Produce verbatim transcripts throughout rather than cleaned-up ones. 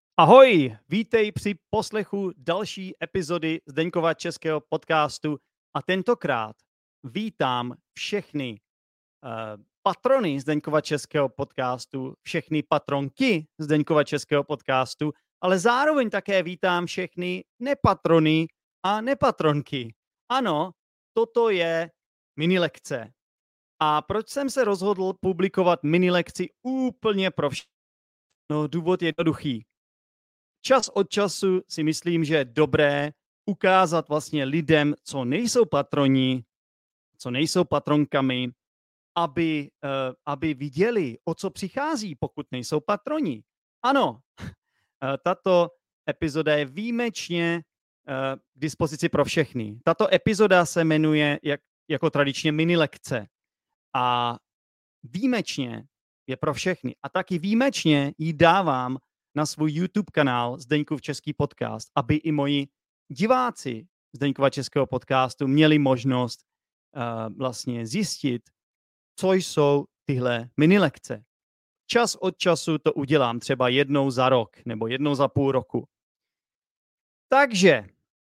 Ahoj, vítej při poslechu další epizody Zdeňkova českého podcastu a tentokrát vítám všechny uh, patrony Zdeňkova českého podcastu, všechny patronky Zdeňkova českého podcastu, ale zároveň také vítám všechny nepatrony a nepatronky. Ano, toto je minilekce. A proč jsem se rozhodl publikovat minilekci úplně pro všechny? No, důvod je jednoduchý. Čas od času si myslím, že je dobré ukázat vlastně lidem, co nejsou patroni, co nejsou patronkami, aby, uh, aby viděli, o co přichází, pokud nejsou patroni. Ano, tato epizoda je výjimečně uh, k dispozici pro všechny. Tato epizoda se jmenuje jak, jako tradičně minilekce a výjimečně je pro všechny. A taky výjimečně ji dávám na svůj YouTube kanál Zdeňkův český podcast, aby i moji diváci Zdeňkova českého podcastu měli možnost uh, vlastně zjistit, co jsou tyhle minilekce. Čas od času to udělám, třeba jednou za rok nebo jednou za půl roku. Takže,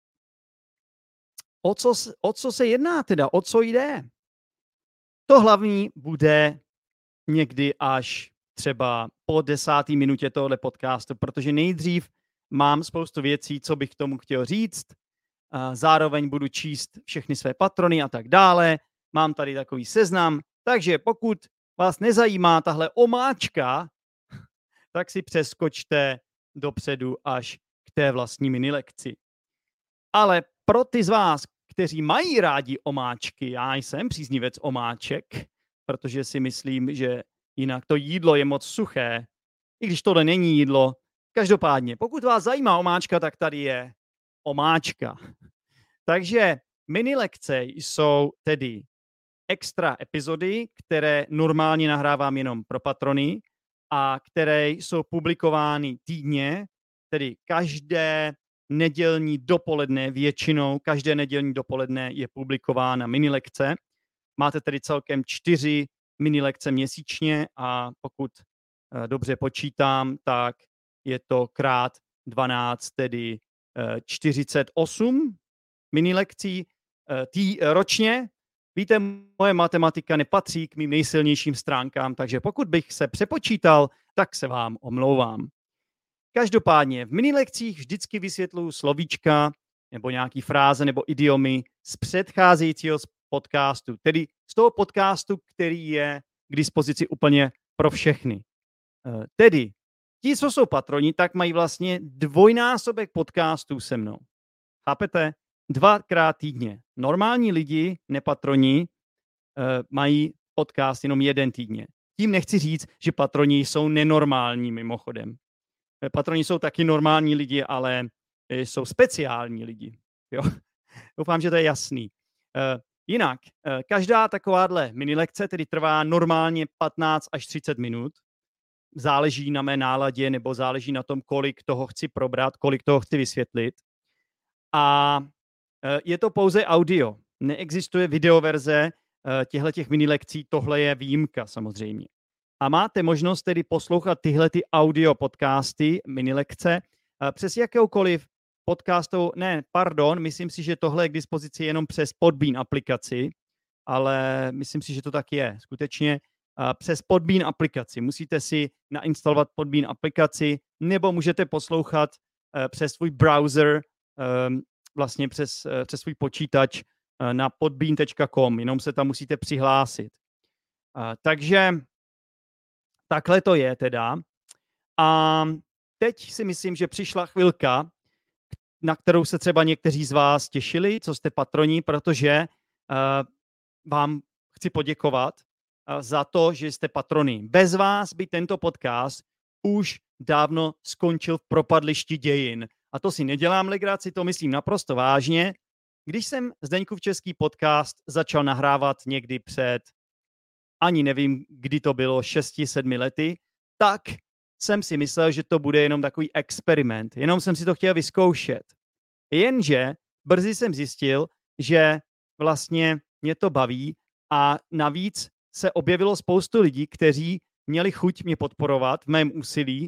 o co, o co se jedná teda, o co jde? To hlavní bude někdy až třeba po desáté minutě tohoto podcastu, protože nejdřív mám spoustu věcí, co bych tomu chtěl říct, zároveň budu číst všechny své patrony a tak dále, mám tady takový seznam, takže pokud vás nezajímá tahle omáčka, tak si přeskočte dopředu až k té vlastní minilekci. Ale pro ty z vás, kteří mají rádi omáčky, já jsem příznivec omáček, protože si myslím, že jinak to jídlo je moc suché, i když tohle není jídlo. Každopádně, pokud vás zajímá omáčka, tak tady je omáčka. Takže minilekce jsou tedy extra epizody, které normálně nahrávám jenom pro patrony a které jsou publikovány týdně, tedy každé nedělní dopoledne, většinou každé nedělní dopoledne je publikována minilekce. Máte tedy celkem čtyři minilekce měsíčně a pokud uh, dobře počítám, tak je to krát dvanáct, tedy uh, čtyřicet osm minilekcí uh, tý, uh, ročně. Víte, moje matematika nepatří k mým nejsilnějším stránkám, takže pokud bych se přepočítal, tak se vám omlouvám. Každopádně v minilekcích vždycky vysvětluji slovíčka nebo nějaký fráze nebo idiomy z předcházejícího podcastu, tedy z toho podcastu, který je k dispozici úplně pro všechny. Tedy ti, co jsou patroni, tak mají vlastně dvojnásobek podcastů se mnou. Chápete? Dvakrát týdně. Normální lidi, nepatroni, mají podcast jenom jeden týdně. Tím nechci říct, že patroni jsou nenormální mimochodem. Patroni jsou taky normální lidi, ale jsou speciální lidi. Jo? Doufám, že to je jasný. Uh, jinak, uh, každá takováhle minilekce tedy trvá normálně patnáct až třicet minut. Záleží na mé náladě nebo záleží na tom, kolik toho chci probrat, kolik toho chci vysvětlit. A uh, je to pouze audio. Neexistuje videoverze uh, těchto minilekcí, tohle je výjimka samozřejmě. A máte možnost tedy poslouchat tyhle ty audio podcasty, minilekce, přes jakoukoliv podcastovou, ne, pardon, myslím si, že tohle je k dispozici jenom přes Podbean aplikaci, ale myslím si, že to tak je. Skutečně přes Podbean aplikaci. Musíte si nainstalovat Podbean aplikaci, nebo můžete poslouchat přes svůj browser, vlastně přes, přes svůj počítač na podbean tečka com, jenom se tam musíte přihlásit. Takže takhle to je teda. A teď si myslím, že přišla chvilka, na kterou se třeba někteří z vás těšili, co jste patroni, protože uh, vám chci poděkovat uh, za to, že jste patroni. Bez vás by tento podcast už dávno skončil v propadlišti dějin. A to si nedělám legraci, to myslím naprosto vážně. Když jsem Zdeňkův český podcast začal nahrávat někdy před ani nevím, kdy to bylo, šesti, sedmi lety, tak jsem si myslel, že to bude jenom takový experiment. Jenom jsem si to chtěl vyzkoušet. Jenže brzy jsem zjistil, že vlastně mě to baví a navíc se objevilo spoustu lidí, kteří měli chuť mě podporovat v mém úsilí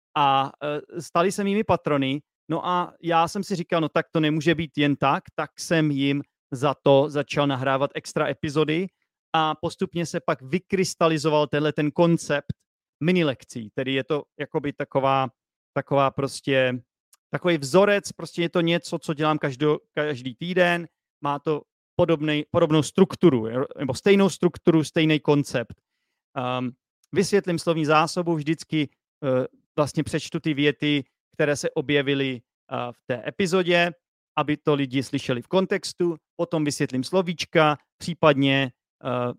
a uh, stali se mými patrony. No a já jsem si říkal, no tak to nemůže být jen tak, tak jsem jim za to začal nahrávat extra epizody a postupně se pak vykrystalizoval tenhle ten koncept mini lekcí, tedy je to jakoby taková, taková prostě, takový vzorec, prostě je to něco, co dělám každou, každý týden, má to podobnej, podobnou strukturu, nebo stejnou strukturu, stejný koncept. Um, vysvětlím slovní zásobu, vždycky uh, vlastně přečtu ty věty, které se objevily uh, v té epizodě, aby to lidi slyšeli v kontextu, potom vysvětlím slovíčka, případně uh,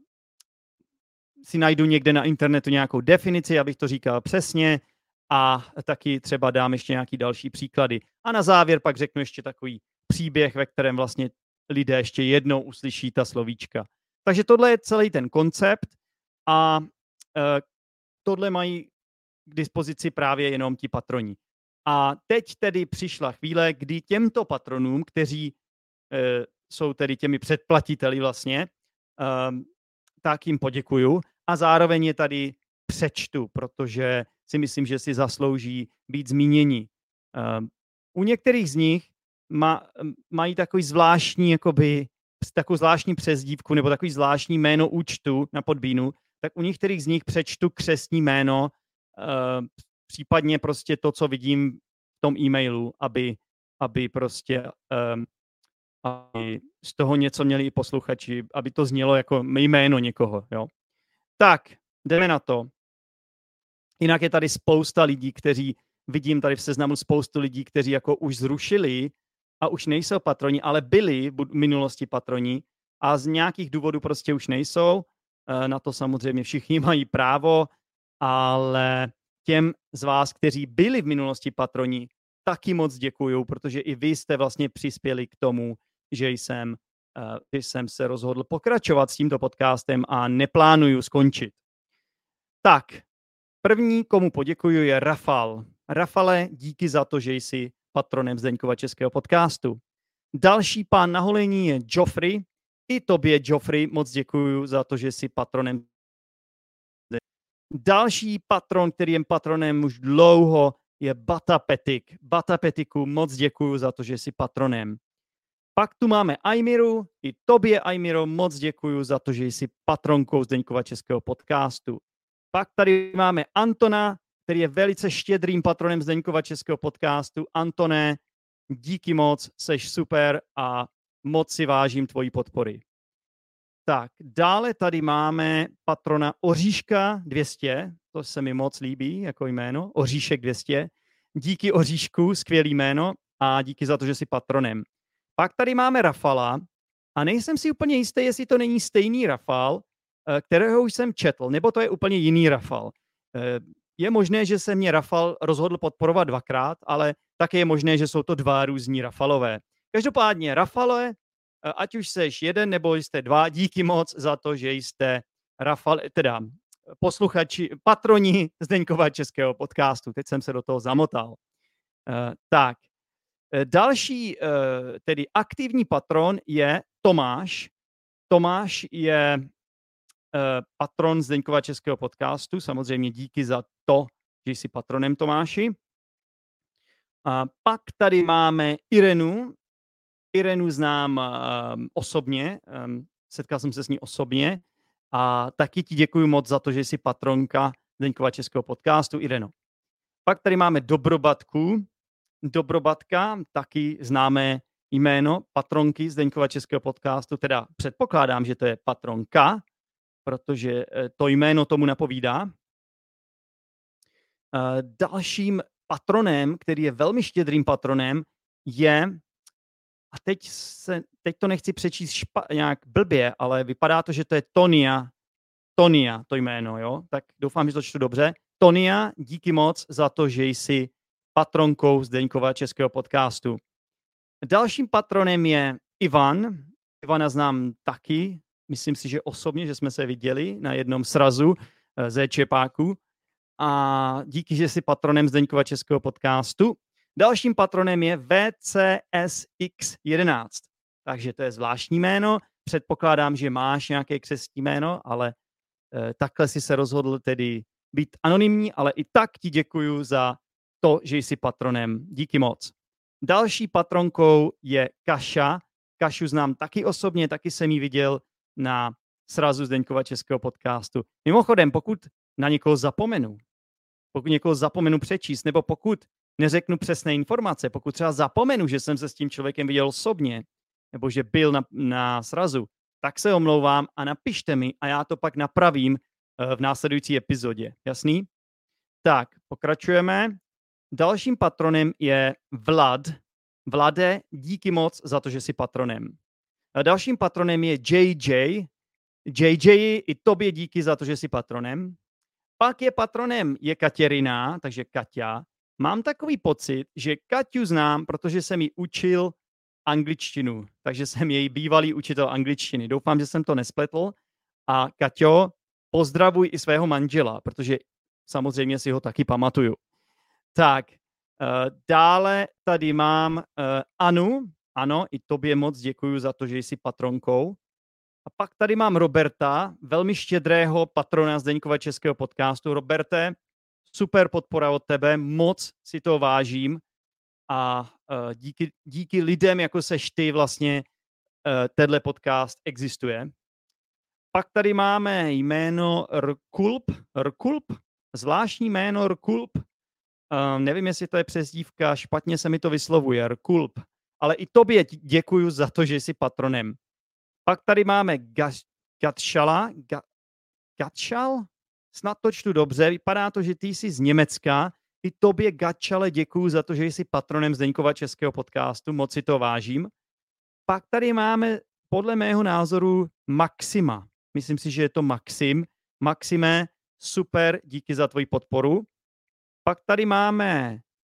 si najdu někde na internetu nějakou definici, abych to říkal přesně, a taky třeba dám ještě nějaký další příklady. A na závěr pak řeknu ještě takový příběh, ve kterém vlastně lidé ještě jednou uslyší ta slovíčka. Takže tohle je celý ten koncept a uh, tohle mají k dispozici právě jenom ti patroni. A teď tedy přišla chvíle, kdy těmto patronům, kteří uh, jsou tedy těmi předplatiteli vlastně, um, tak jim poděkuju a zároveň je tady přečtu, protože si myslím, že si zaslouží být zmíněni. Um, u některých z nich ma, mají takový zvláštní, jakoby, takovou zvláštní přezdívku nebo takový zvláštní jméno účtu na Podbeanu, tak u některých z nich přečtu křestní jméno, uh, případně prostě to, co vidím v tom e-mailu, aby, aby prostě um, aby z toho něco měli i posluchači, aby to znělo jako jméno někoho. Jo. Tak, jdeme na to. Jinak je tady spousta lidí, kteří, vidím tady v seznamu spoustu lidí, kteří jako už zrušili a už nejsou patroni, ale byli v minulosti patroni a z nějakých důvodů prostě už nejsou. Na to samozřejmě všichni mají právo, ale těm z vás, kteří byli v minulosti patroni, taky moc děkuju, protože i vy jste vlastně přispěli k tomu, že jsem, že jsem se rozhodl pokračovat s tímto podcastem a neplánuju skončit. Tak, první, komu poděkuju, je Rafal. Rafale, díky za to, že jsi patronem Zdeňkova českého podcastu. Další pán na holení je Joffrey. I tobě, Joffrey, moc děkuju za to, že jsi patronem. Další patron, který je patronem už dlouho, je Bata Petik. Bata Petiku, moc děkuju za to, že jsi patronem. Pak tu máme Aimiru. I tobě, Aimiro, moc děkuju za to, že jsi patronkou Zdeňkova českého podcastu. Pak tady máme Antona, který je velice štědrým patronem Zdeňkova českého podcastu. Antone, díky moc, seš super a moc si vážím tvojí podpory. Tak, dále tady máme patrona Oříška dvě stě, to se mi moc líbí jako jméno, Oříšek dvě stě. Díky Oříšku, skvělý jméno a díky za to, že jsi patronem. Pak tady máme Rafala a nejsem si úplně jistý, jestli to není stejný Rafal, kterého už jsem četl, nebo to je úplně jiný Rafal. Je možné, že se mě Rafal rozhodl podporovat dvakrát, ale také je možné, že jsou to dva různí Rafalové. Každopádně Rafale, ať už seš jeden nebo jste dva, díky moc za to, že jste Rafal, teda posluchači, patroni Zdeňkova českého podcastu. Teď jsem se do toho zamotal. Tak, další tedy aktivní patron je Tomáš. Tomáš je patron Zdeňkova českého podcastu. Samozřejmě díky za to, že jsi patronem, Tomáši. A pak tady máme Irenu. Irenu znám um, osobně, um, setkal jsem se s ní osobně a taky ti děkuji moc za to, že jsi patronka Zdeňkova českého podcastu, Ireno. Pak tady máme Dobrobatku. Dobrobatka, taky známé jméno patronky Zdeňkova českého podcastu, teda předpokládám, že to je patronka, protože to jméno tomu napovídá. Dalším patronem, který je velmi štědrým patronem, je, a teď, se, teď to nechci přečíst špa, nějak blbě, ale vypadá to, že to je Tonia. Tonia, to jméno, jo? Tak doufám, že to čtu dobře. Tonia, díky moc za to, že jsi patronkou Zdeňkova českého podcastu. Dalším patronem je Ivan. Ivana znám taky. Myslím si, že osobně, že jsme se viděli na jednom srazu ze Čepáku. A díky, že jsi patronem Zdeňkova českého podcastu. Dalším patronem je V C S X jedenáct. Takže to je zvláštní jméno. Předpokládám, že máš nějaké křestní jméno, ale eh, takhle si se rozhodl tedy být anonymní, ale i tak ti děkuju za to, že jsi patronem. Díky moc. Další patronkou je Kaša. Kašu znám taky osobně, taky jsem ji viděl na srazu Zdeňkova českého podcastu. Mimochodem, pokud na někoho zapomenu, pokud někoho zapomenu přečíst, nebo pokud neřeknu přesné informace, pokud třeba zapomenu, že jsem se s tím člověkem viděl osobně, nebo že byl na, na srazu, tak se omlouvám a napište mi a já to pak napravím v následující epizodě. Jasný? Tak, pokračujeme. Dalším patronem je Vlad. Vlade, díky moc za to, že jsi patronem. A dalším patronem je J J. J J, i tobě díky za to, že jsi patronem. Pak je patronem je Katěrina, takže Kaťa. Mám takový pocit, že Kaťu znám, protože jsem ji učil angličtinu, takže jsem její bývalý učitel angličtiny. Doufám, že jsem to nespletl. A Kaťo, pozdravuj i svého manžela, protože samozřejmě si ho taky pamatuju. Tak, uh, dále tady mám uh, Anu. Ano, i tobě moc děkuju za to, že jsi patronkou. A pak tady mám Roberta, velmi štědrého patrona Zdeňkova českého podcastu. Roberte, super podpora od tebe, moc si to vážím a uh, díky, díky lidem, jako seš ty, vlastně uh, tenhle podcast existuje. Pak tady máme jméno Rkulp, Rkulp, zvláštní jméno Rkulp. Uh, nevím, jestli to je přezdívka, špatně se mi to vyslovuje, Rkulp, ale i tobě děkuju za to, že jsi patronem. Pak tady máme Gatšala, Ga, Gatšal, snad to čtu dobře, vypadá to, že ty jsi z Německa. I tobě, Gatšale, děkuju za to, že jsi patronem Zdeňkova českého podcastu, moc si to vážím. Pak tady máme, podle mého názoru, Maxima. Myslím si, že je to Maxim. Maxime, super, díky za tvoji podporu. Pak tady máme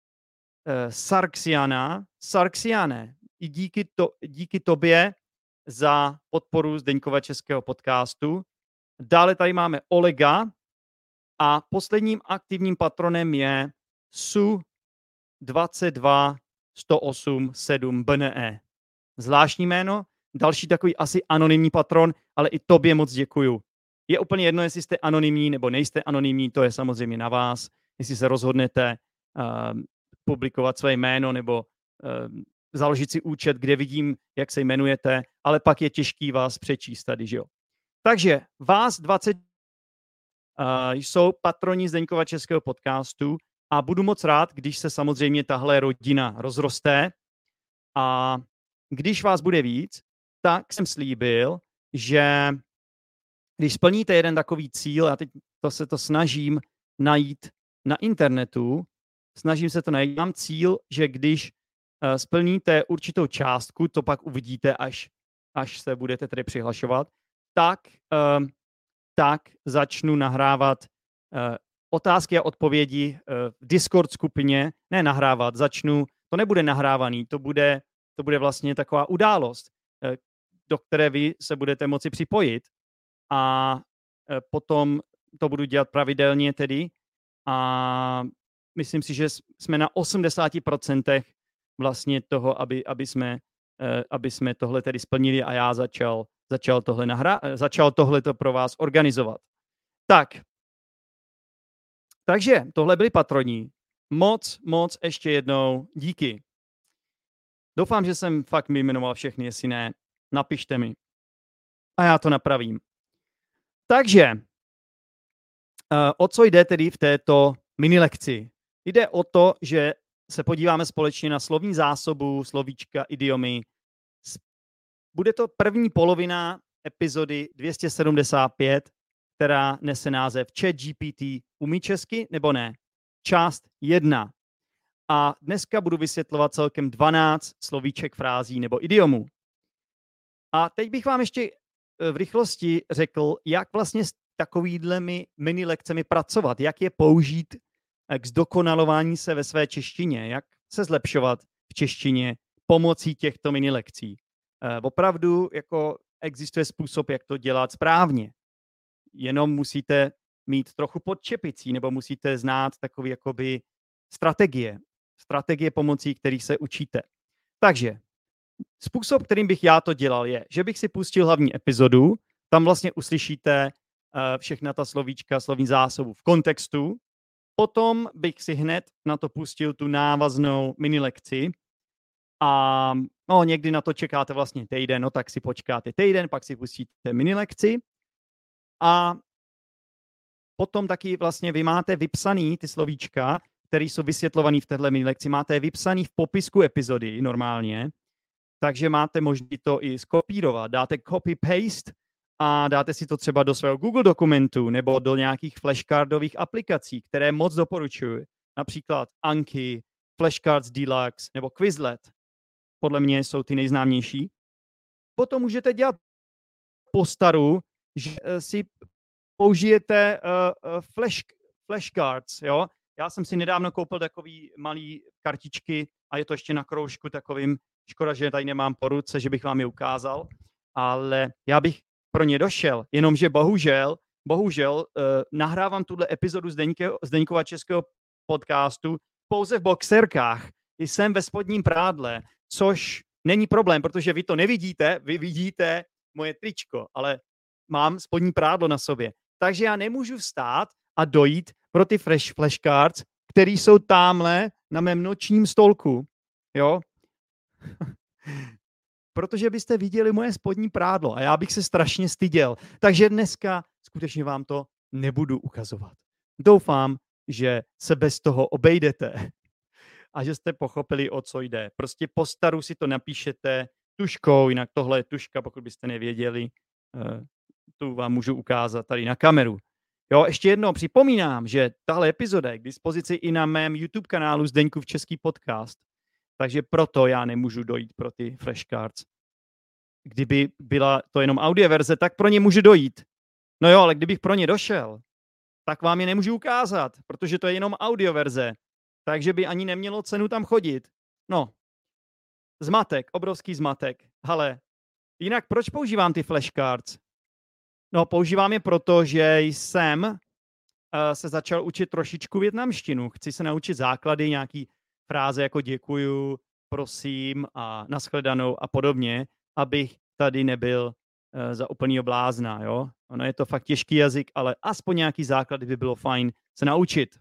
uh, Sarxiana. Sarxiane, i díky, to, díky tobě za podporu Zdeňkova českého podcastu. Dále tady máme Olega a posledním aktivním patronem je Su dvacet dva sto osm sedm B N E. Zvláštní jméno, další takový asi anonymní patron, ale i tobě moc děkuju. Je úplně jedno, jestli jste anonymní nebo nejste anonymní, to je samozřejmě na vás, jestli se rozhodnete uh, publikovat své jméno nebo uh, založit si účet, kde vidím, jak se jmenujete, ale pak je těžký vás přečíst tady, že jo. Takže vás dvacet uh, jsou patroni Zdeňkova českého podcastu a budu moc rád, když se samozřejmě tahle rodina rozroste a když vás bude víc, tak jsem slíbil, že když splníte jeden takový cíl, já teď to se to snažím najít na internetu, snažím se to najít, mám cíl, že když uh, splníte určitou částku, to pak uvidíte, až, až se budete tedy přihlašovat, tak, uh, tak začnu nahrávat uh, otázky a odpovědi uh, v Discord skupině, ne nahrávat, začnu, to nebude nahrávaný, to bude, to bude vlastně taková událost, uh, do které vy se budete moci připojit a uh, potom to budu dělat pravidelně tedy a myslím si, že jsme na osmdesát procent vlastně toho, aby, aby, jsme, uh, aby jsme tohle tedy splnili a já začal začal tohle nahra- začal tohleto pro vás organizovat. Tak. Takže tohle byli patroni. Moc, moc ještě jednou díky. Doufám, že jsem fakt vyjmenoval všechny, jestli ne, napište mi. A já to napravím. Takže, uh, o co jde tedy v této mini lekci? Jde o to, že se podíváme společně na slovní zásobu, slovíčka, idiomy. Bude to první polovina epizody dvě stě sedmdesát pět, která nese název ChatGPT umí česky nebo ne? Část jedna. A dneska budu vysvětlovat celkem dvanáct slovíček, frází nebo idiomů. A teď bych vám ještě v rychlosti řekl, jak vlastně s takovýhlemi mini lekcemi pracovat, jak je použít k zdokonalování se ve své češtině, jak se zlepšovat v češtině pomocí těchto mini lekcí. Opravdu jako existuje způsob, jak to dělat správně. Jenom musíte mít trochu pod čepicí, nebo musíte znát takové jakoby strategie. Strategie pomocí kterých se učíte. Takže způsob, kterým bych já to dělal, je, že bych si pustil hlavní epizodu, tam vlastně uslyšíte uh, všechna ta slovíčka, slovní zásobu v kontextu, potom bych si hned na to pustil tu návaznou mini lekci a no, někdy na to čekáte vlastně týden, no tak si počkáte týden, pak si pustíte mini lekci a potom taky vlastně vy máte vypsaný ty slovíčka, které jsou vysvětlované v téhle mini lekci, máte je vypsaný v popisku epizody normálně, takže máte možnost to i skopírovat. Dáte copy-paste a dáte si to třeba do svého Google dokumentu nebo do nějakých flashcardových aplikací, které moc doporučuji. Například Anki, Flashcards Deluxe nebo Quizlet. Podle mě jsou ty nejznámější. Potom můžete dělat po staru, že si použijete uh, uh, flash, flashcards, jo. Já jsem si nedávno koupil takový malý kartičky a je to ještě na kroužku takovým, škoda, že tady nemám po ruce, že bych vám je ukázal, ale já bych pro ně došel, jenomže bohužel, bohužel uh, nahrávám tuhle epizodu Zdeňkova českého podcastu pouze v boxerkách. Jsem ve spodním prádle, což není problém, protože vy to nevidíte, vy vidíte moje tričko, ale mám spodní prádlo na sobě. Takže já nemůžu vstát a dojít pro ty flash, flashcards, které jsou tamhle na mém nočním stolku. Jo? Protože byste viděli moje spodní prádlo a já bych se strašně styděl. Takže dneska skutečně vám to nebudu ukazovat. Doufám, že se bez toho obejdete a že jste pochopili, o co jde. Prostě po staru si to napíšete tuškou, jinak tohle je tuška, pokud byste nevěděli, tu vám můžu ukázat tady na kameru. Jo, ještě jednou připomínám, že tahle epizoda je k dispozici i na mém YouTube kanálu Zdeňkův český podcast, takže proto já nemůžu dojít pro ty flashcards. Kdyby byla to jenom audio verze, tak pro ně můžu dojít. No jo, ale kdybych pro ně došel, tak vám je nemůžu ukázat, protože to je jenom audio verze, takže by ani nemělo cenu tam chodit. No, zmatek, obrovský zmatek. Ale jinak proč používám ty flashcards? No, používám je proto, že jsem uh, se začal učit trošičku vietnamštinu. Chci se naučit základy, nějaký fráze jako děkuju, prosím a nashledanou a podobně, abych tady nebyl uh, za úplnýho blázna, jo. Ono je to fakt těžký jazyk, ale aspoň nějaký základy by bylo fajn se naučit.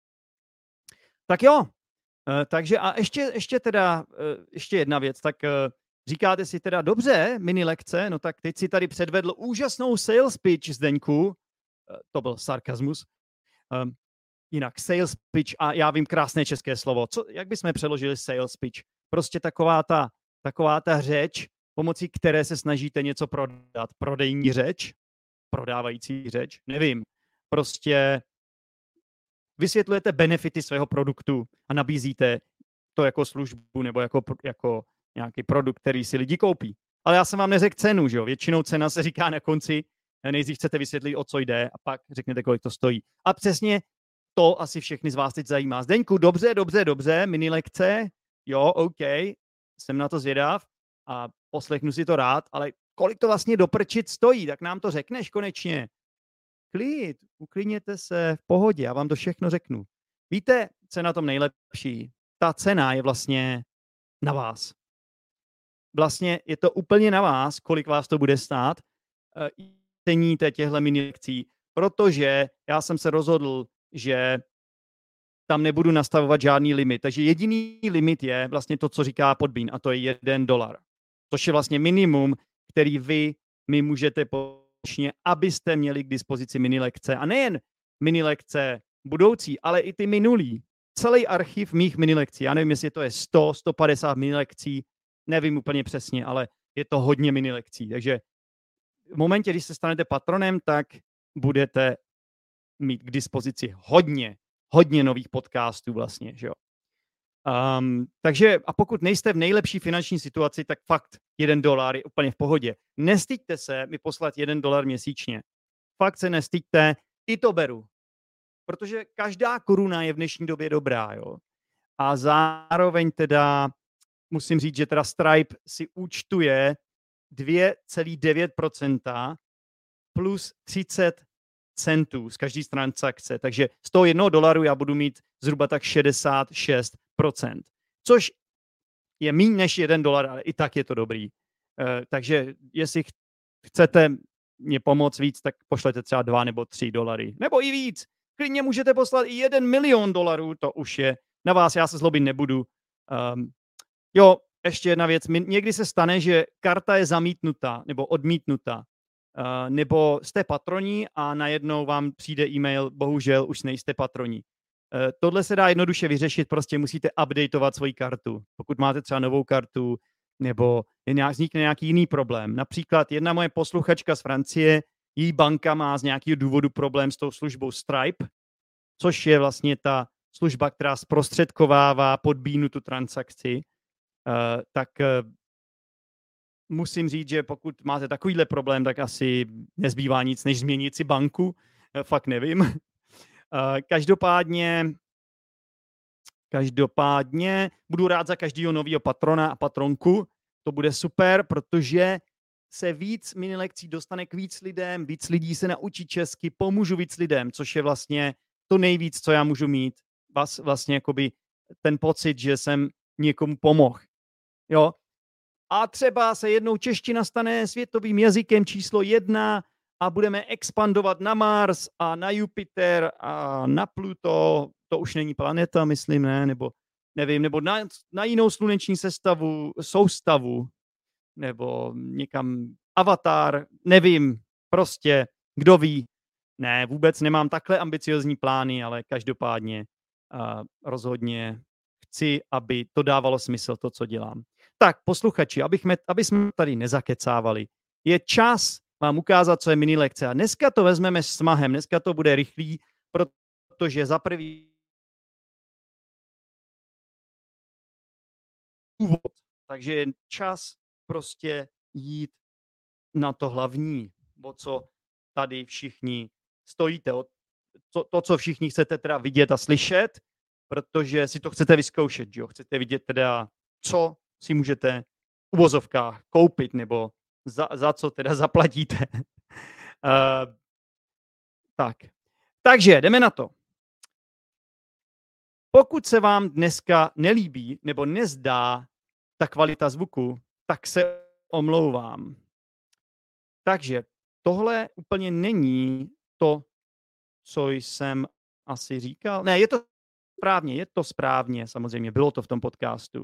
Tak jo, uh, takže a ještě, ještě teda, uh, ještě jedna věc, tak uh, říkáte si teda, dobře, mini lekce, no tak teď si tady předvedl úžasnou sales pitch, Zdeňku. To byl sarkazmus. Um, jinak sales pitch, a já vím krásné české slovo. Co, jak bychom přeložili sales pitch? Prostě taková ta, taková ta řeč, pomocí které se snažíte něco prodat. Prodejní řeč? Prodávající řeč? Nevím. Prostě vysvětlujete benefity svého produktu a nabízíte to jako službu nebo jako, jako nějaký produkt, který si lidi koupí. Ale já jsem vám neřekl cenu, že jo? Většinou cena se říká na konci, nejdřív chcete vysvětlit, o co jde a pak řeknete, kolik to stojí. A přesně to asi všechny z vás teď zajímá. Zdeňku, dobře, dobře, dobře, mini lekce, jo, OK, jsem na to zvědav a poslechnu si to rád, ale kolik to vlastně doprčit stojí, tak nám to řekneš konečně. Klid, uklidněte se, v pohodě, já vám to všechno řeknu. Víte, co je na tom nejlepší? Ta cena je vlastně na vás. Vlastně je to úplně na vás, kolik vás to bude stát, ceníte těchto mini lekcí, protože já jsem se rozhodl, že tam nebudu nastavovat žádný limit. Takže jediný limit je vlastně to, co říká Podbean, a to je jeden dolar. Což je vlastně minimum, který vy mi můžete počně, abyste měli k dispozici mini lekce. A nejen mini lekce budoucí, ale i ty minulý. Celý archiv mých mini lekcí. Já nevím, jestli to je sto, sto padesát mini lekcí, nevím úplně přesně, ale je to hodně mini lekcí. Takže v momentě, když se stanete patronem, tak budete mít k dispozici hodně, hodně nových podcastů vlastně, že jo. Um, takže a pokud nejste v nejlepší finanční situaci, tak fakt jeden dolar je úplně v pohodě. Nestyďte se mi poslat jeden dolar měsíčně. Fakt se nestyďte, i to beru. Protože každá koruna je v dnešní době dobrá, jo. A zároveň teda musím říct, že teda Stripe si účtuje dvě celá devět procenta plus třicet centů z každé transakce. Takže z toho jednoho dolaru já budu mít zhruba tak šedesát šest procent. Což je méně než jeden dolar, ale i tak je to dobrý. Uh, takže jestli chcete mě pomoct víc, tak pošlete třeba dva nebo tři dolary. Nebo i víc. klidně můžete poslat i jeden milion dolarů, to už je na vás, já se zlobit nebudu. Um, jo, ještě jedna věc, někdy se stane, že karta je zamítnutá nebo odmítnutá, uh, nebo jste patroni a najednou vám přijde e-mail, bohužel už nejste patroni. Uh, tohle se dá jednoduše vyřešit, prostě musíte updateovat svoji kartu. Pokud máte třeba novou kartu, nebo je nějak, vznikne nějaký jiný problém. Například jedna moje posluchačka z Francie, její banka má z nějakého důvodu problém s tou službou Stripe, což je vlastně ta služba, která zprostředkovává podbínu tu transakci. Uh, tak uh, musím říct, že pokud máte takovýhle problém, tak asi nezbývá nic, než změnit si banku. Uh, fakt nevím. Uh, každopádně, každopádně budu rád za každého nového patrona a patronku. To bude super, protože se víc minilekcí dostane k víc lidem, víc lidí se naučí česky, pomůžu víc lidem, což je vlastně to nejvíc, co já můžu mít. Vás vlastně jakoby ten pocit, že jsem někomu pomohl. Jo? A třeba se jednou čeština stane světovým jazykem číslo jedna a budeme expandovat na Mars a na Jupiter a na Pluto, to už není planeta, myslím, ne, nebo nevím, nebo na, na jinou sluneční sestavu, soustavu, nebo někam Avatar, nevím, prostě, kdo ví. Ne, vůbec nemám takhle ambiciozní plány, ale každopádně uh, rozhodně chci, aby to dávalo smysl, to, co dělám. Tak, posluchači, abych me, aby jsme tady nezakecávali, je čas vám ukázat, co je mini lekce. A dneska to vezmeme s smahem, dneska to bude rychlý, protože za prvý úvod, takže je čas prostě jít na to hlavní, o co tady všichni stojíte, o to, to, co všichni chcete teda vidět a slyšet, protože si to chcete vyzkoušet, jo? Chcete vidět teda, co si můžete v uvozovkách koupit, nebo za, za co teda zaplatíte. uh, tak. Takže jdeme na to. Pokud se vám dneska nelíbí nebo nezdá ta kvalita zvuku, tak se omlouvám. Takže tohle úplně není to, co jsem asi říkal. Ne, je to správně, je to správně, samozřejmě, bylo to v tom podcastu.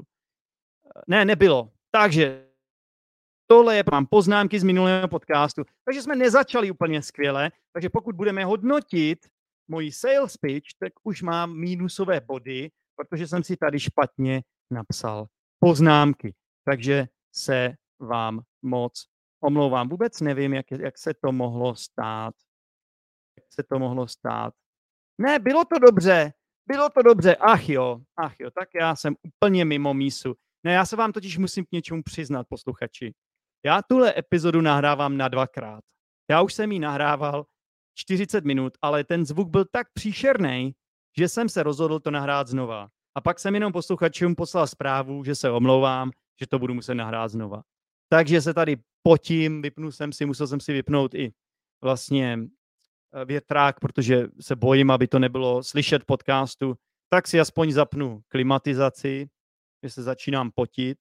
Ne, nebylo. Takže tohle je, mám poznámky z minulého podcastu. Takže jsme nezačali úplně skvěle, takže pokud budeme hodnotit moji sales pitch, tak už mám mínusové body, protože jsem si tady špatně napsal poznámky. Takže se vám moc omlouvám. Vůbec nevím, jak, jak se to mohlo stát. Jak se to mohlo stát. Ne, bylo to dobře. Bylo to dobře. Ach jo, ach jo, tak já jsem úplně mimo mísu. Ne, já se vám totiž musím k něčemu přiznat, posluchači. Já tuhle epizodu nahrávám na dvakrát. Já už jsem ji nahrával čtyřicet minut, ale ten zvuk byl tak příšerný, že jsem se rozhodl to nahrát znova. A pak jsem jenom posluchačům poslal zprávu, že se omlouvám, že to budu muset nahrát znova. Takže se tady potím, vypnu jsem si, musel jsem si vypnout i vlastně větrák, protože se bojím, aby to nebylo slyšet podcastu, tak si aspoň zapnu klimatizaci, že se začínám potit.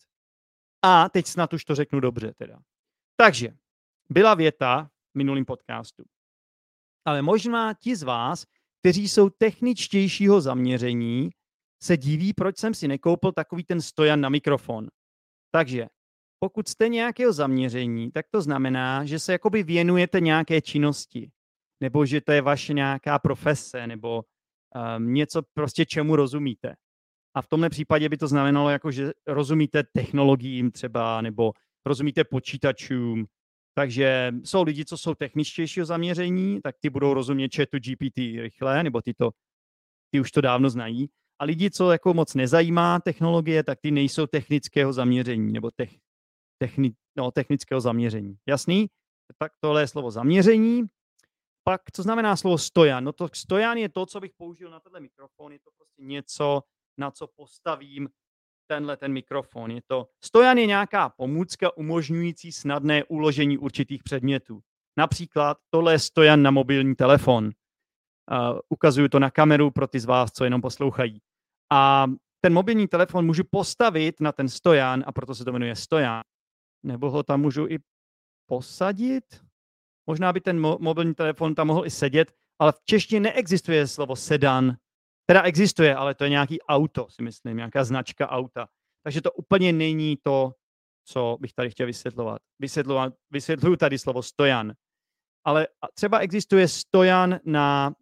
A teď snad už to řeknu dobře teda. Takže byla věta v minulém podcastu. Ale možná ti z vás, kteří jsou techničtějšího zaměření, se diví, proč jsem si nekoupil takový ten stojan na mikrofon. Takže pokud jste nějakého zaměření, tak to znamená, že se jakoby věnujete nějaké činnosti, nebo že to je vaše nějaká profese, nebo um, něco prostě čemu rozumíte. A v tomhle případě by to znamenalo, jako, že rozumíte technologiím třeba, nebo rozumíte počítačům. Takže jsou lidi, co jsou techničtějšího zaměření, tak ty budou rozumět chatu G P T rychle, nebo ty, to, ty už to dávno znají. A lidi, co jako moc nezajímá technologie, tak ty nejsou technického zaměření, nebo tech, techni, no, technického zaměření. Jasný? Tak tohle je slovo zaměření. Pak, co znamená slovo stojan? No to stojan je to, co bych použil na tenhle mikrofon. Je to prostě něco, na co postavím tenhle ten mikrofon. Je to, stojan je nějaká pomůcka umožňující snadné uložení určitých předmětů. Například tohle je stojan na mobilní telefon. Uh, ukazuju to na kameru pro ty z vás, co jenom poslouchají. A ten mobilní telefon můžu postavit na ten stojan a proto se to jmenuje stojan. Nebo ho tam můžu i posadit. Možná by ten mo- mobilní telefon tam mohl i sedět, ale v češtině neexistuje slovo sedan. Teda existuje, ale to je nějaký auto, si myslím, nějaká značka auta. Takže to úplně není to, co bych tady chtěl vysvětlovat. Vysvětlovat, vysvětluju tady slovo stojan. Ale třeba existuje stojan na,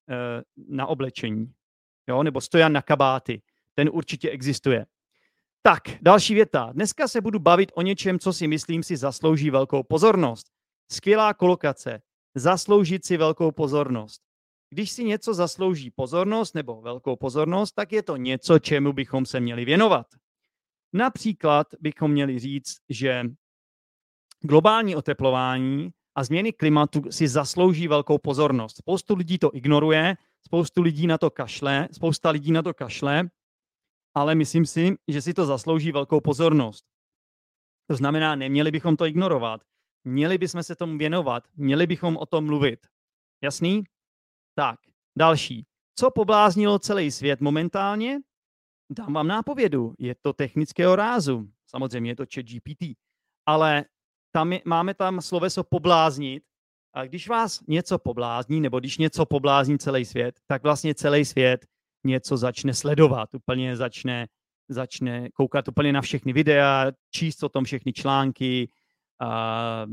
na oblečení, jo? Nebo stojan na kabáty. Ten určitě existuje. Tak, další věta. Dneska se budu bavit o něčem, co si myslím si zaslouží velkou pozornost. Skvělá kolokace. Zasloužit si velkou pozornost. Když si něco zaslouží pozornost nebo velkou pozornost, tak je to něco, čemu bychom se měli věnovat. Například bychom měli říct, že globální oteplování a změny klimatu si zaslouží velkou pozornost. Spoustu lidí to ignoruje, spoustu lidí na to kašle, spousta lidí na to kašle, ale myslím si, že si to zaslouží velkou pozornost. To znamená, neměli bychom to ignorovat. Měli bychom se tomu věnovat, měli bychom o tom mluvit. Jasný? Tak, další. Co pobláznilo celý svět momentálně? Dám vám nápovědu. Je to technického rázu. Samozřejmě je to ChatGPT. Ale tam je, máme tam sloveso pobláznit. A když vás něco poblázní, nebo když něco poblázní celý svět, tak vlastně celý svět něco začne sledovat. Úplně začne, začne koukat úplně na všechny videa, číst o tom všechny články, a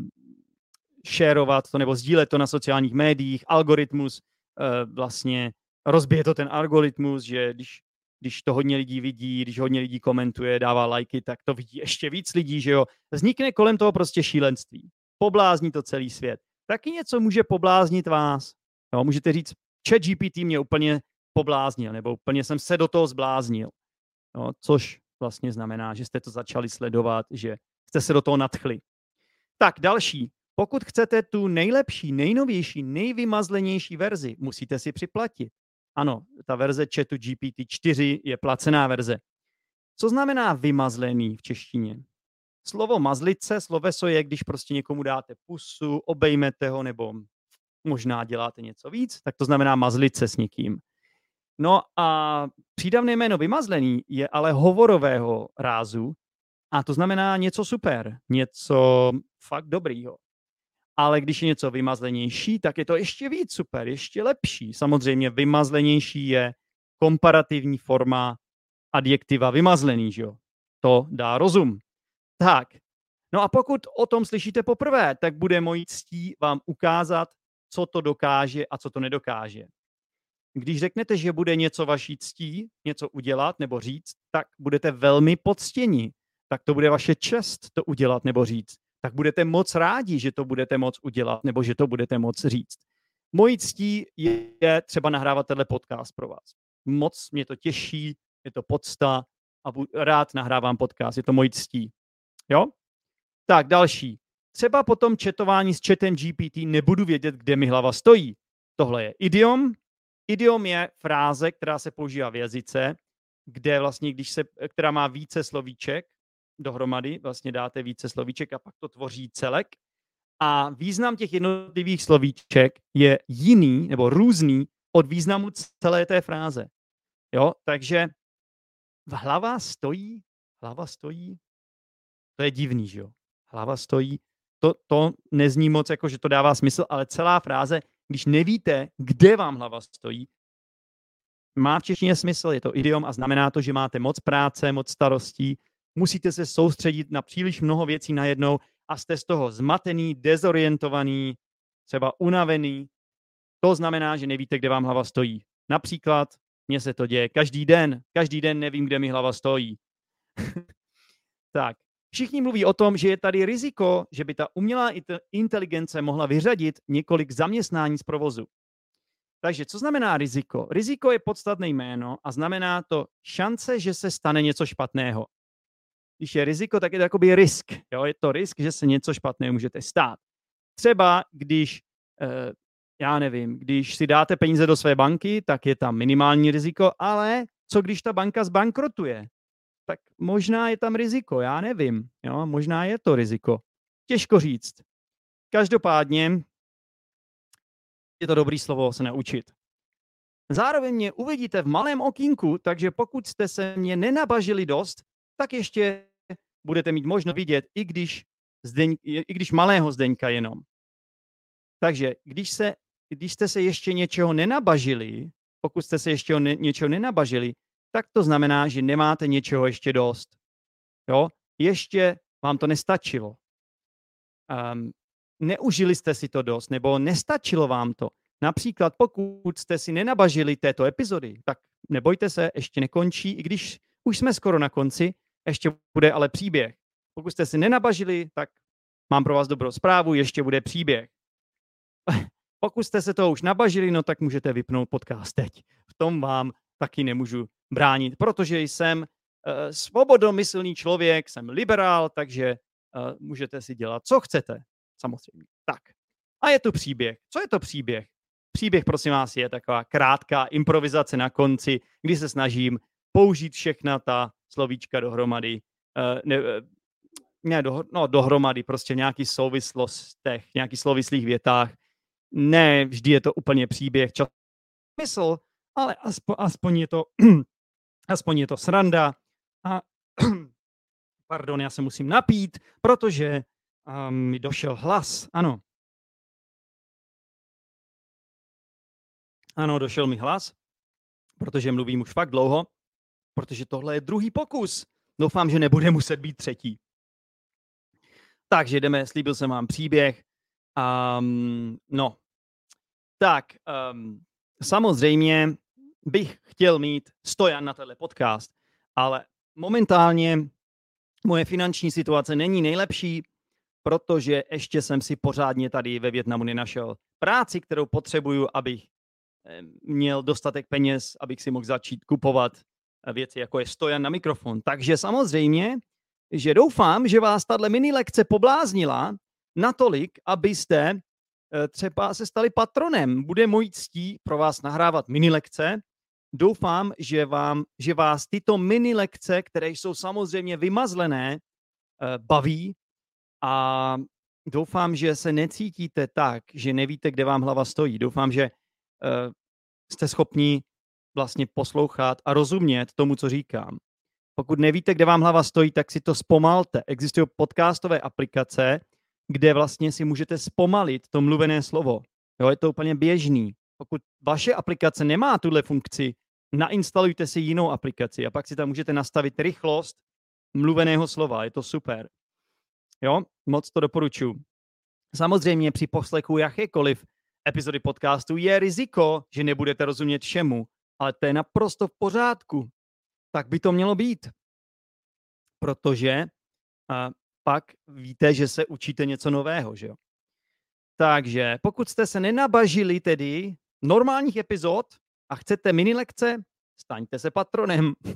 šerovat to nebo sdílet to na sociálních médiích. Algoritmus vlastně rozbije to ten algoritmus, že když, když to hodně lidí vidí, když hodně lidí komentuje, dává lajky, tak to vidí ještě víc lidí, že jo. Vznikne kolem toho prostě šílenství. Poblázní to celý svět. Taky něco může pobláznit vás. Jo, můžete říct, ChatGPT mě úplně pobláznil, nebo úplně jsem se do toho zbláznil. Jo, což vlastně znamená, že jste to začali sledovat, že jste se do toho nadchli. Tak, další. Pokud chcete tu nejlepší, nejnovější, nejvymazlenější verzi, musíte si připlatit. Ano, ta verze chatu G P T čtyři je placená verze. Co znamená vymazlený v češtině? Slovo mazlice, sloveso je, když prostě někomu dáte pusu, obejmete ho, nebo možná děláte něco víc, tak to znamená mazlice s někým. No a přídavné jméno vymazlený je ale hovorového rázu a to znamená něco super, něco fakt dobrýho. Ale když je něco vymazlenější, tak je to ještě víc super, ještě lepší. Samozřejmě vymazlenější je komparativní forma adjektiva vymazlený, že jo? To dá rozum. Tak, no a pokud o tom slyšíte poprvé, tak bude mojí ctí vám ukázat, co to dokáže a co to nedokáže. Když řeknete, že bude něco vaší ctí, něco udělat nebo říct, tak budete velmi poctěni. Tak to bude vaše čest to udělat nebo říct. Tak budete moc rádi, že to budete moc udělat nebo že to budete moc říct. Mojí ctí je třeba nahrávat tenhle podcast pro vás. Moc mě to těší, je to podsta a rád nahrávám podcast, je to mojí ctí. Jo? Tak další. Třeba po tom chatování s chatem G P T nebudu vědět, kde mi hlava stojí. Tohle je idiom. Idiom je fráze, která se používá v jazyce, kde vlastně, když se, která má více slovíček dohromady, vlastně dáte více slovíček a pak to tvoří celek. A význam těch jednotlivých slovíček je jiný nebo různý od významu celé té fráze. Jo, takže hlava stojí, hlava stojí, to je divný, že jo? Hlava stojí, to, to nezní moc, jako že to dává smysl, ale celá fráze, když nevíte, kde vám hlava stojí, má v češtině smysl, je to idiom a znamená to, že máte moc práce, moc starostí, musíte se soustředit na příliš mnoho věcí najednou a jste z toho zmatený, dezorientovaný, třeba unavený. To znamená, že nevíte, kde vám hlava stojí. Například, mně se to děje každý den, každý den nevím, kde mi hlava stojí. Tak, všichni mluví o tom, že je tady riziko, že by ta umělá inteligence mohla vyřadit několik zaměstnání z provozu. Takže co znamená riziko? Riziko je podstatné jméno a znamená to šance, že se stane něco špatného. Když je riziko, tak je to jakoby risk. Jo? Je to risk, že se něco špatného můžete stát. Třeba když, eh, já nevím, když si dáte peníze do své banky, tak je tam minimální riziko, ale co když ta banka zbankrotuje? Tak možná je tam riziko, já nevím. Jo? Možná je to riziko. Těžko říct. Každopádně je to dobrý slovo se naučit. Zároveň mě uvidíte v malém okýnku, takže pokud jste se mě nenabažili dost, tak ještě budete mít možnost vidět, i když, zdeň, i když malého Zdeňka jenom. Takže když se když jste se ještě něčeho nenabažili, pokud jste se ještě ne, něčeho nenabažili, tak to znamená, že nemáte něčeho ještě dost. Jo? Ještě vám to nestačilo. Um, neužili jste si to dost, nebo nestačilo vám to. Například pokud jste si nenabažili této epizody, tak nebojte se, ještě nekončí, i když už jsme skoro na konci, ještě bude ale příběh. Pokud jste si nenabažili, tak mám pro vás dobrou zprávu, ještě bude příběh. Pokud jste se toho už nabažili, no tak můžete vypnout podcast teď. V tom vám taky nemůžu bránit, protože jsem uh, svobodomyslný člověk, jsem liberál, takže uh, můžete si dělat, co chcete. Samozřejmě. Tak. A je tu příběh. Co je to příběh? Příběh, prosím vás, je taková krátká improvizace na konci, kdy se snažím použít všechna ta slovíčka dohromady. Uh, ne, ne, do, no, dohromady, prostě v nějakých souvislostech, v nějakých souvislých větách. Ne, vždy je to úplně příběh, čas mysl, ale aspoň, aspoň, je to, aspoň je to sranda. A pardon, já se musím napít, protože um, mi došel hlas. Ano. Ano, došel mi hlas, protože mluvím už fakt dlouho, protože tohle je druhý pokus. Doufám, že nebude muset být třetí. Takže jdeme, slíbil jsem vám příběh. Um, no, tak um, samozřejmě bych chtěl mít Stojan na tenhle podcast, ale momentálně moje finanční situace není nejlepší, protože ještě jsem si pořádně tady ve Vietnamu nenašel práci, kterou potřebuju, abych měl dostatek peněz, abych si mohl začít kupovat věci, jako je Stojan na mikrofon. Takže samozřejmě, že doufám, že vás tato mini lekce pobláznila natolik, abyste třeba se stali patronem. Bude mojí ctí pro vás nahrávat mini lekce. Doufám, že, vám, že vás tyto mini lekce, které jsou samozřejmě vymazlené, baví a doufám, že se necítíte tak, že nevíte, kde vám hlava stojí. Doufám, že jste schopni vlastně poslouchat a rozumět tomu, co říkám. Pokud nevíte, kde vám hlava stojí, tak si to zpomalte. Existují podcastové aplikace, kde vlastně si můžete zpomalit to mluvené slovo. Jo, je to úplně běžný. Pokud vaše aplikace nemá tuhle funkci, nainstalujte si jinou aplikaci a pak si tam můžete nastavit rychlost mluveného slova. Je to super. Jo, moc to doporučuji. Samozřejmě při poslechu jakékoliv epizody podcastu je riziko, že nebudete rozumět všemu, ale to je naprosto v pořádku. Tak by to mělo být. Protože a pak víte, že se učíte něco nového, že jo? Takže pokud jste se nenabažili tedy normálních epizod a chcete mini lekce, staňte se patronem. uh,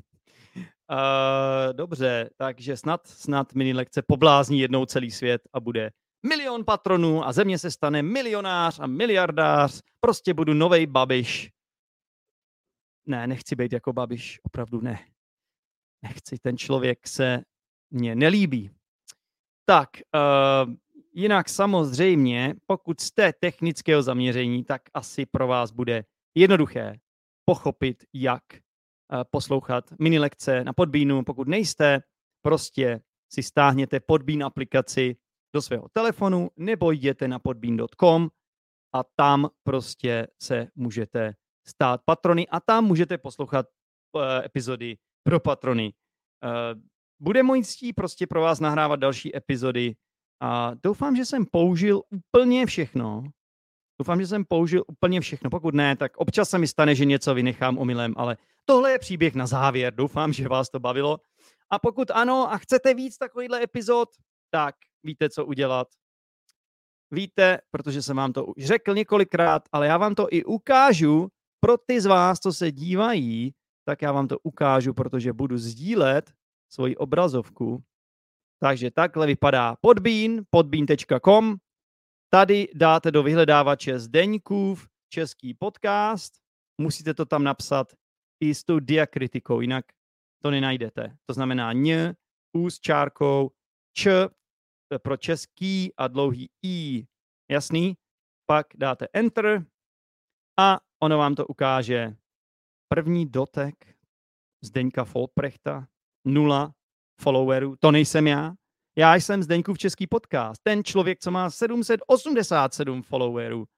dobře, takže snad, snad mini lekce poblázní jednou celý svět a bude milion patronů a ze mě se stane milionář a miliardář. Prostě budu novej Babiš. Ne, nechci být jako Babiš, opravdu ne. Nechci, ten člověk se mně nelíbí. Tak, uh, jinak samozřejmě, pokud jste technického zaměření, tak asi pro vás bude jednoduché pochopit, jak uh, poslouchat mini lekce na Podbeanu. Pokud nejste, prostě si stáhněte Podbean aplikaci do svého telefonu nebo jděte na podbean tečka com a tam prostě se můžete stát patrony a tam můžete poslouchat uh, epizody pro patrony. Uh, bude mojí ctí prostě pro vás nahrávat další epizody a doufám, že jsem použil úplně všechno. Doufám, že jsem použil úplně všechno. Pokud ne, tak občas se mi stane, že něco vynechám omylem, ale tohle je příběh na závěr. Doufám, že vás to bavilo. A pokud ano a chcete víc takovýchhle epizod, tak víte, co udělat. Víte, protože jsem vám to už řekl několikrát, ale já vám to i ukážu pro ty z vás, co se dívají, tak já vám to ukážu, protože budu sdílet svoji obrazovku. Takže takhle vypadá Podbean, podbean tečka com. Tady dáte do vyhledávače Zdeňkův český podcast. Musíte to tam napsat i s tou diakritikou, jinak to nenajdete. To znamená ň, u s čárkou, č pro český a dlouhý i. Jasný? Pak dáte Enter a ono vám to ukáže první dotek Zdeňka Folprechta, nula followerů. To nejsem já. Já jsem Zdeňkův český podcast. Ten člověk, co má sedm set osmdesát sedm followerů.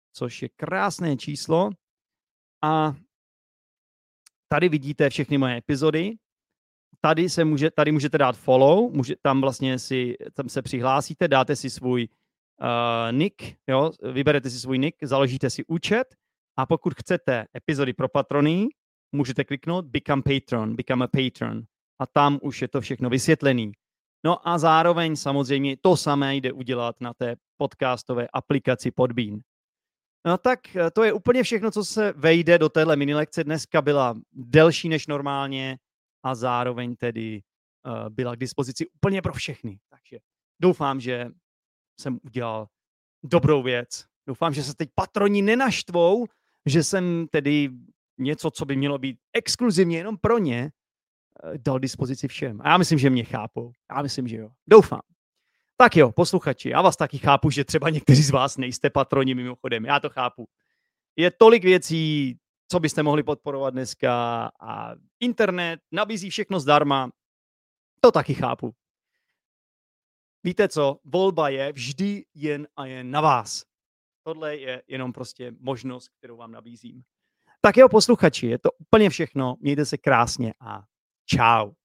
což je krásné číslo. A tady vidíte všechny moje epizody. Tady, se může, tady můžete dát follow, může, tam vlastně si, tam se přihlásíte, dáte si svůj uh, nick, jo, vyberete si svůj nick, založíte si účet a pokud chcete epizody pro patrony, můžete kliknout Become Patron, Become a Patron a tam už je to všechno vysvětlený. No a zároveň samozřejmě to samé jde udělat na té podcastové aplikaci Podbean. No tak to je úplně všechno, co se vejde do téhle minilekce. Dneska byla delší než normálně a zároveň tedy uh, byla k dispozici úplně pro všechny. Takže doufám, že jsem udělal dobrou věc. Doufám, že se teď patroni nenaštvou, že jsem tedy něco, co by mělo být exkluzivně jenom pro ně, uh, dal dispozici všem. A já myslím, že mě chápou. Já myslím, že jo. Doufám. Tak jo, posluchači, já vás taky chápu, že třeba někteří z vás nejste patroni mimochodem, já to chápu. Je tolik věcí, co byste mohli podporovat dneska a internet nabízí všechno zdarma, to taky chápu. Víte co, volba je vždy jen a jen na vás. Tohle je jenom prostě možnost, kterou vám nabízím. Tak jo, posluchači, je to úplně všechno, mějte se krásně a čau.